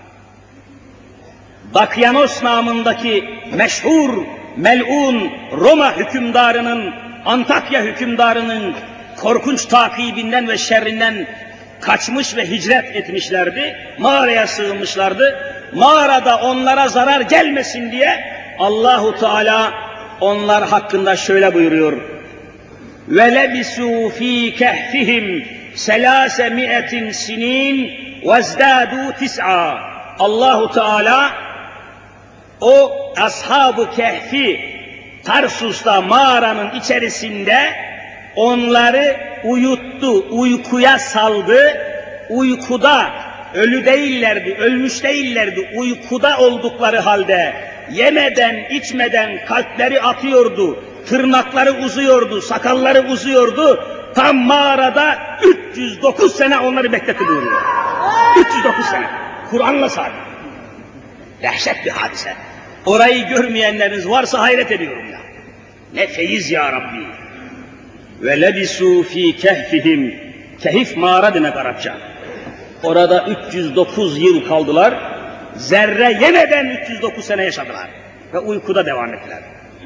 Dakyanos namındaki meşhur, mel'un Roma hükümdarının, Antakya hükümdarının korkunç takibinden ve şerrinden kaçmış ve hicret etmişlerdi. Mağaraya sığınmışlardı. Mağarada onlara zarar gelmesin diye Allahu Teala onlar hakkında şöyle buyuruyor: ve lebisu fi kehfihim selase mi'etin sinin vezdadu tis'a. Allahu Teala o Ashab-ı Kehf'i Tarsus'ta mağaranın içerisinde onları uyuttu, uykuya saldı. Uykuda, ölü değillerdi, ölmüş değillerdi, uykuda oldukları halde yemeden, içmeden kalpleri atıyordu, tırnakları uzuyordu, sakalları uzuyordu. Tam mağarada üç yüz dokuz sene onları bekletiliyor. üç yüz dokuz sene. Kur'an'la sabit. Dehşet bir hadise. Orayı görmeyenleriniz varsa hayret ediyorum ya. Ne feyiz ya Rabbi. Ve lebisu fi kehfihim. Kehif mağara demek Arapça. Orada üç yüz dokuz yıl kaldılar. Zerre yemeden üç yüz dokuz sene yaşadılar. Ve uykuda devam ettiler.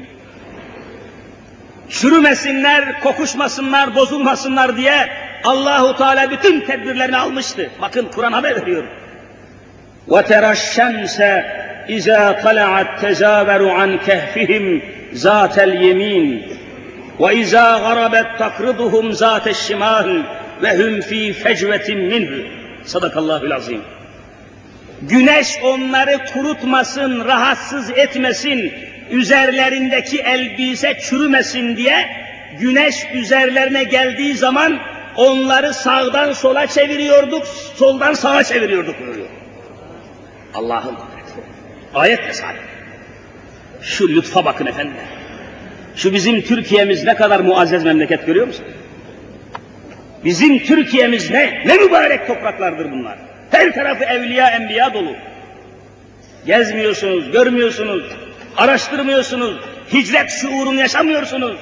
Çürümesinler, kokuşmasınlar, bozulmasınlar diye Allahu Teala bütün tedbirlerini almıştı. Bakın Kur'an haber veriyor. وَتَرَى الشَّمْسَ اِذَا طَلَعَتْ تَزَاوَرُ عَنْ كَهْفِهِمْ ذَاتَ الْيَمِينِ وَاِذَا غَرَبَتْ تَقْرِضُهُمْ ذَاتَ الشِّمَالِ وَهُمْ ف۪ي فَجْوَةٍ مِنْهُ. Sadakallahül azim. Güneş onları kurutmasın, rahatsız etmesin, üzerlerindeki elbise çürümesin diye güneş üzerlerine geldiği zaman onları sağdan sola çeviriyorduk, soldan sağa çeviriyorduk buyuruyor. Allah'ın kudreti. Ayetle sabit. Şu lütfa bakın efendim. Şu bizim Türkiye'miz ne kadar muazzez memleket görüyor musun? Bizim Türkiye'miz ne? Ne mübarek topraklardır bunlar. Her tarafı evliya, enbiya dolu. Gezmiyorsunuz, görmüyorsunuz, araştırmıyorsunuz, hicret şuurunu yaşamıyorsunuz.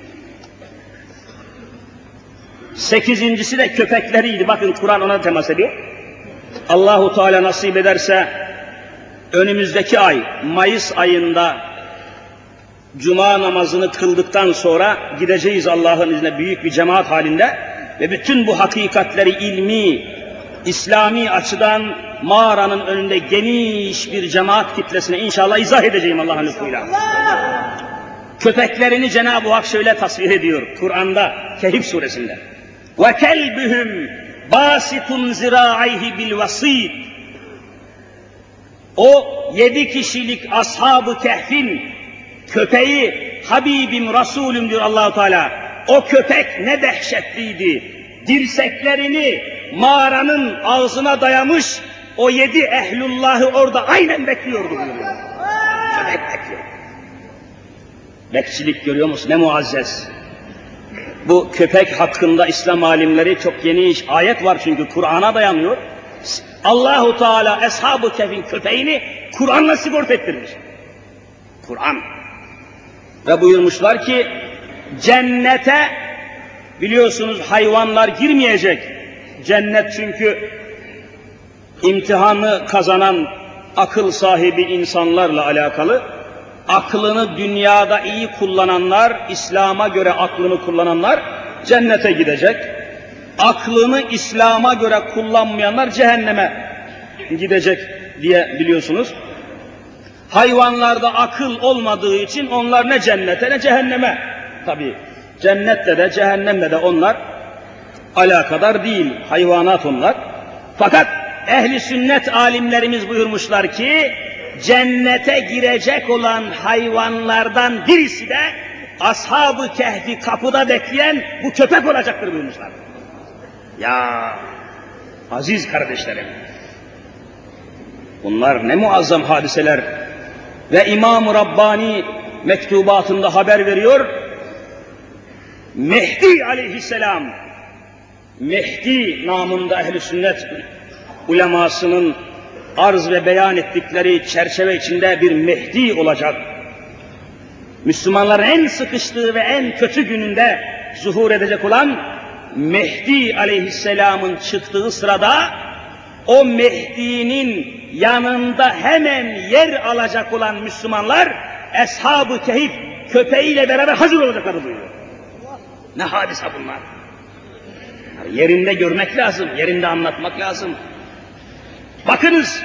Sekizincisi de köpekleriydi. Bakın Kur'an ona temas ediyor. Allahu Teala nasip ederse önümüzdeki ay, Mayıs ayında Cuma namazını kıldıktan sonra gideceğiz Allah'ın izniyle büyük bir cemaat halinde ve bütün bu hakikatleri ilmi, İslami açıdan mağaranın önünde geniş bir cemaat kitlesine inşallah izah edeceğim Allah'ın lütfuyla. Köpeklerini Cenab-ı Hak şöyle tasvir ediyor Kur'an'da, Kehf suresinde. وَكَلْبُهُمْ بَاسِطٌ زِرَاعَيْهِ بِالْوَصِيدِ. O yedi kişilik Ashab-ı Kehf'in köpeği Habibim Resulüm diyor Allah-u Teala. O köpek ne dehşetliydi. Dirseklerini mağaranın ağzına dayamış, o yedi ehlullahı orada aynen bekliyordu buyuruyor. Köpek bekliyor. Bekçilik görüyor musun? Ne muazzez. Bu köpek hakkında İslam alimleri çok geniş ayet var çünkü Kur'an'a dayanıyor. Allahu Teala Ashab-ı Kehf'in köpeğini Kur'an'la sigorta ettirmiş. Kur'an. Ve buyurmuşlar ki cennete biliyorsunuz hayvanlar girmeyecek. Cennet çünkü imtihanı kazanan akıl sahibi insanlarla alakalı. Aklını dünyada iyi kullananlar, İslam'a göre aklını kullananlar cennete gidecek. Aklını İslam'a göre kullanmayanlar cehenneme gidecek diye biliyorsunuz. Hayvanlarda akıl olmadığı için onlar ne cennete ne cehenneme. Tabii cennette de cehennemde de onlar alakadar değil, hayvanat onlar. Fakat ehli sünnet alimlerimiz buyurmuşlar ki cennete girecek olan hayvanlardan birisi de Ashab-ı Kehf'i kapıda bekleyen bu köpek olacaktır buyurmuşlar. Ya aziz kardeşlerim, bunlar ne muazzam hadiseler. Ve İmam-ı Rabbani mektubatında haber veriyor. Mehdi aleyhisselam, Mehdi namında ehl-i sünnet ulemasının arz ve beyan ettikleri çerçeve içinde bir Mehdi olacak. Müslümanların en sıkıştığı ve en kötü gününde zuhur edecek olan Mehdi aleyhisselamın çıktığı sırada o Mehdi'nin yanında hemen yer alacak olan Müslümanlar Ashab-ı Kehf köpeğiyle beraber hazır olacakları buyuruyor. Ne hadise bunlar. Yerinde görmek lazım, yerinde anlatmak lazım. Bakınız,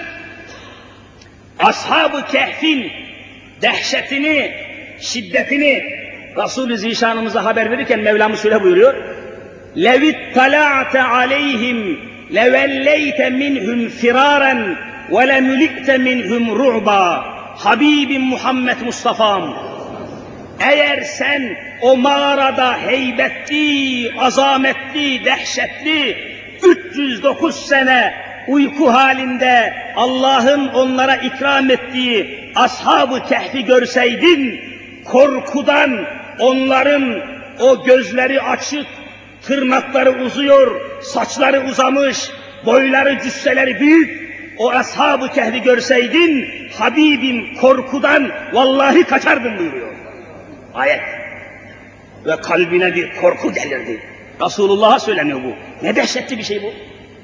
Ashab-ı Kehf'in dehşetini, şiddetini Resul-i Zişanımıza haber verirken Mevlamız şöyle buyuruyor. لَوِ اتَّلَعْتَ عَلَيْهِمْ لَوَلَّيْتَ مِنْهُمْ فِرَارًا وَلَمُلِئْتَ مِنْهُمْ رُعْبًا. Habibim Muhammed Mustafa'm, eğer sen o mağarada heybetli, azametli, dehşetli üç yüz dokuz sene uyku halinde Allah'ın onlara ikram ettiği Ashab-ı Kehf'i görseydin, korkudan onların o gözleri açık, tırnakları uzuyor, saçları uzamış, boyları, cüsseleri büyük, o Ashab-ı Kehf'i görseydin, Habibim korkudan vallahi kaçardın buyuruyor. Ayet. Ve kalbine bir korku gelirdi. Resulullah'a söyleniyor bu. Ne dehşetli bir şey bu.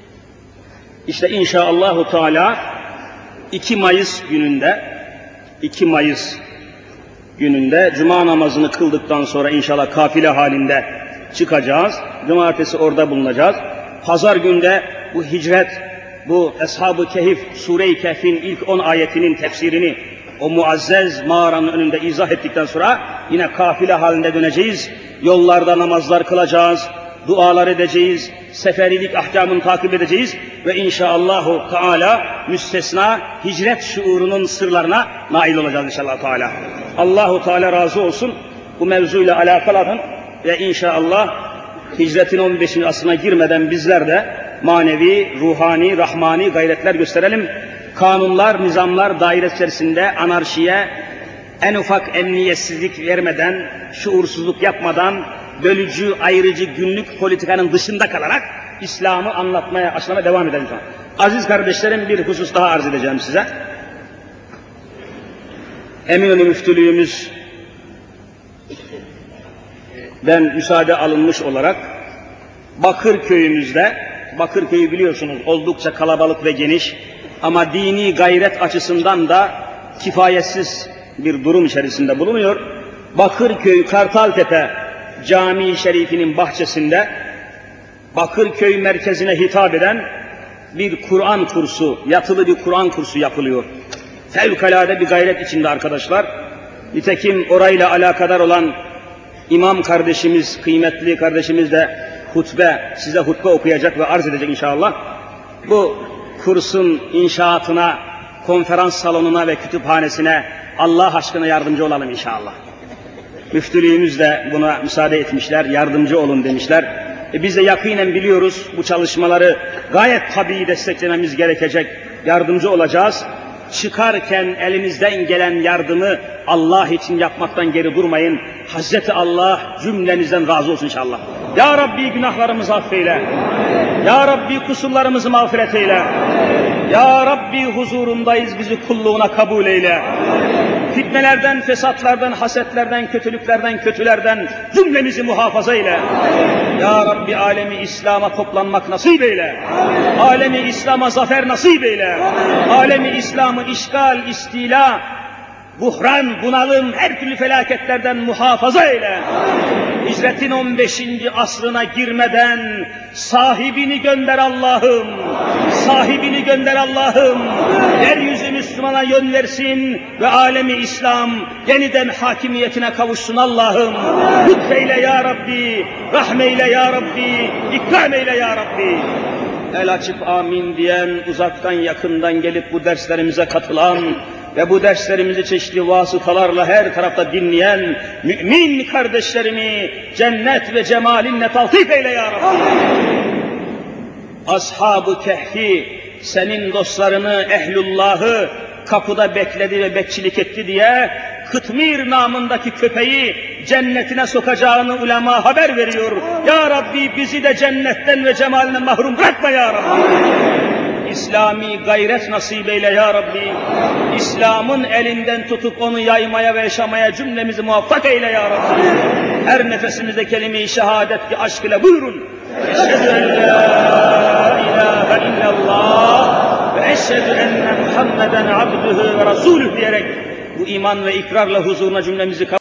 İşte inşallahü teala iki Mayıs gününde, iki Mayıs gününde Cuma namazını kıldıktan sonra inşallah kafile halinde çıkacağız. Cumartesi orada bulunacağız. Pazar günde bu hicret, bu Ashab-ı Kehf, Sure-i Kehf'in ilk on ayetinin tefsirini o muazzez mağaranın önünde izah ettikten sonra yine kafile halinde döneceğiz. Yollarda namazlar kılacağız, dualar edeceğiz, seferilik ahkamını takip edeceğiz ve inşallahü teala müstesna hicret şuurunun sırlarına nail olacağız inşallah teala. Allahu Teala razı olsun bu mevzuyla alakalı ve inşallah hicretin on beşinci asrına girmeden bizler de manevi, ruhani, rahmani gayretler gösterelim. Kanunlar, nizamlar daire içerisinde anarşiye, en ufak emniyetsizlik vermeden, şuursuzluk yapmadan, bölücü, ayrıcı günlük politikanın dışında kalarak İslam'ı anlatmaya, aşılamaya devam edelim. Aziz kardeşlerim, bir husus daha arz edeceğim size. Eminönü Müftülüğümüz ben müsaade alınmış olarak Bakırköy'ümüzde, Bakırköy'ü biliyorsunuz oldukça kalabalık ve geniş ama dini gayret açısından da kifayetsiz bir durum içerisinde bulunuyor. Bakırköy Kartaltepe Camii Şerifinin bahçesinde Bakırköy merkezine hitap eden bir Kur'an kursu, yatılı bir Kur'an kursu yapılıyor. Fevkalade bir gayret içinde arkadaşlar. Nitekim orayla alakadar olan imam kardeşimiz, kıymetli kardeşimiz de hutbe, size hutbe okuyacak ve arz edecek inşallah. Bu kursun inşaatına, konferans salonuna ve kütüphanesine Allah aşkına yardımcı olalım inşallah. Müftülüğümüz de buna müsaade etmişler, yardımcı olun demişler. E biz de yakinen biliyoruz bu çalışmaları gayet tabii desteklememiz gerekecek, yardımcı olacağız. Çıkarken elinizden gelen yardımı Allah için yapmaktan geri durmayın. Hazreti Allah cümlenizden razı olsun inşallah. Ya Rabbi günahlarımızı affeyle. Ya Rabbi kusurlarımızı mağfiret eyle. Ya Rabbi huzurundayız, bizi kulluğuna kabul eyle. Fitnelerden, fesatlardan, hasetlerden, kötülüklerden, kötülerden cümlemizi muhafaza eyle. Ya Rabbi alemi İslam'a toplanmak nasip eyle. Alemi İslam'a zafer nasip eyle. Alemi İslam'ı işgal, istila, buhran, bunalım, her türlü felaketlerden muhafaza eyle. Hicretin on beşinci asrına girmeden sahibini gönder Allah'ım. Sahibini gönder Allah'ım. Yeryüzü Müslümana yön versin ve alemi İslam yeniden hakimiyetine kavuşsun Allah'ım. Lütfeyle ya Rabbi, rahmeyle ya Rabbi, ikram eyle ya Rabbi. El açıp amin diyen, uzaktan yakından gelip bu derslerimize katılan ve bu derslerimizi çeşitli vasıtalarla her tarafta dinleyen mümin kardeşlerimi cennet ve cemalinle taltif eyle ya Rabbi. Ashab-ı Kehfi senin dostlarını, ehlullahı kapıda bekledi ve bekçilik etti diye Kıtmir namındaki köpeği cennetine sokacağını ulema haber veriyor. Ya Rabbi bizi de cennetten ve cemaline mahrum bırakma ya Rabbi. İslami gayret nasip eyle ya Rabbi. İslam'ın elinden tutup onu yaymaya ve yaşamaya cümlemizi muvaffak eyle ya Rabbi. Her nefesimizde kelime-i şehadet ki aşk ile buyurun. Eşhedü en la ilahe illallah ve eşhedü enne Muhammeden abdühü ve rasulüh diyerek bu iman ve ikrarla huzuruna cümlemizi